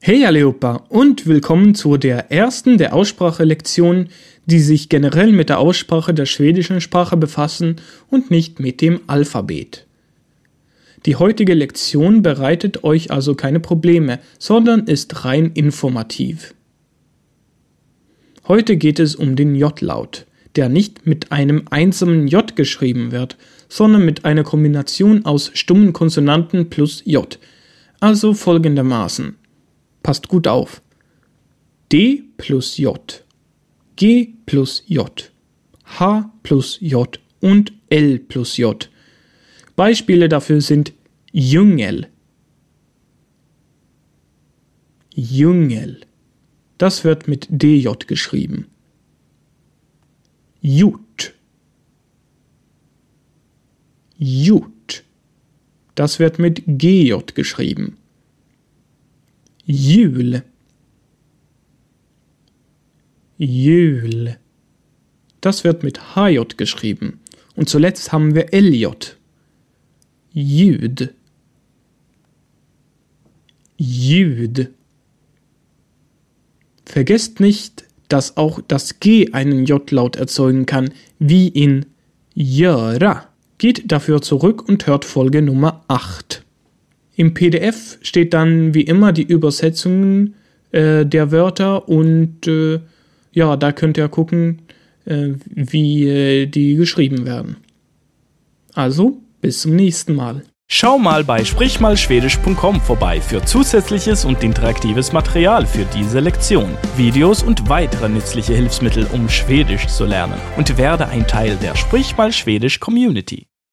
Hey allihopa und willkommen zu der ersten der Aussprachelektionen, die sich generell mit der Aussprache der schwedischen Sprache befassen und nicht mit dem Alphabet. Die heutige Lektion bereitet euch also keine Probleme, sondern ist rein informativ. Heute geht es um den J-Laut, der nicht mit einem einsamen J geschrieben wird, sondern mit einer Kombination aus stummen Konsonanten plus J, also folgendermaßen. Passt gut auf. D plus J, G plus J, H plus J und L plus J. Beispiele dafür sind Djungel. Djungel. Das wird mit DJ geschrieben. Jut. Jut. Das wird mit GJ geschrieben. Jul. Jul. Das wird mit HJ geschrieben. Und zuletzt haben wir LJ. Ljud. Ljud. Vergesst nicht, dass auch das G einen J-Laut erzeugen kann, wie in göra. Geht dafür zurück und hört Folge Nummer 8. Im PDF steht dann wie immer die Übersetzung der Wörter und da könnt ihr gucken, wie die geschrieben werden. Also, bis zum nächsten Mal. Schau mal bei sprichmalschwedisch.com vorbei für zusätzliches und interaktives Material für diese Lektion, Videos und weitere nützliche Hilfsmittel, um Schwedisch zu lernen und werde ein Teil der Sprich mal Schwedisch Community.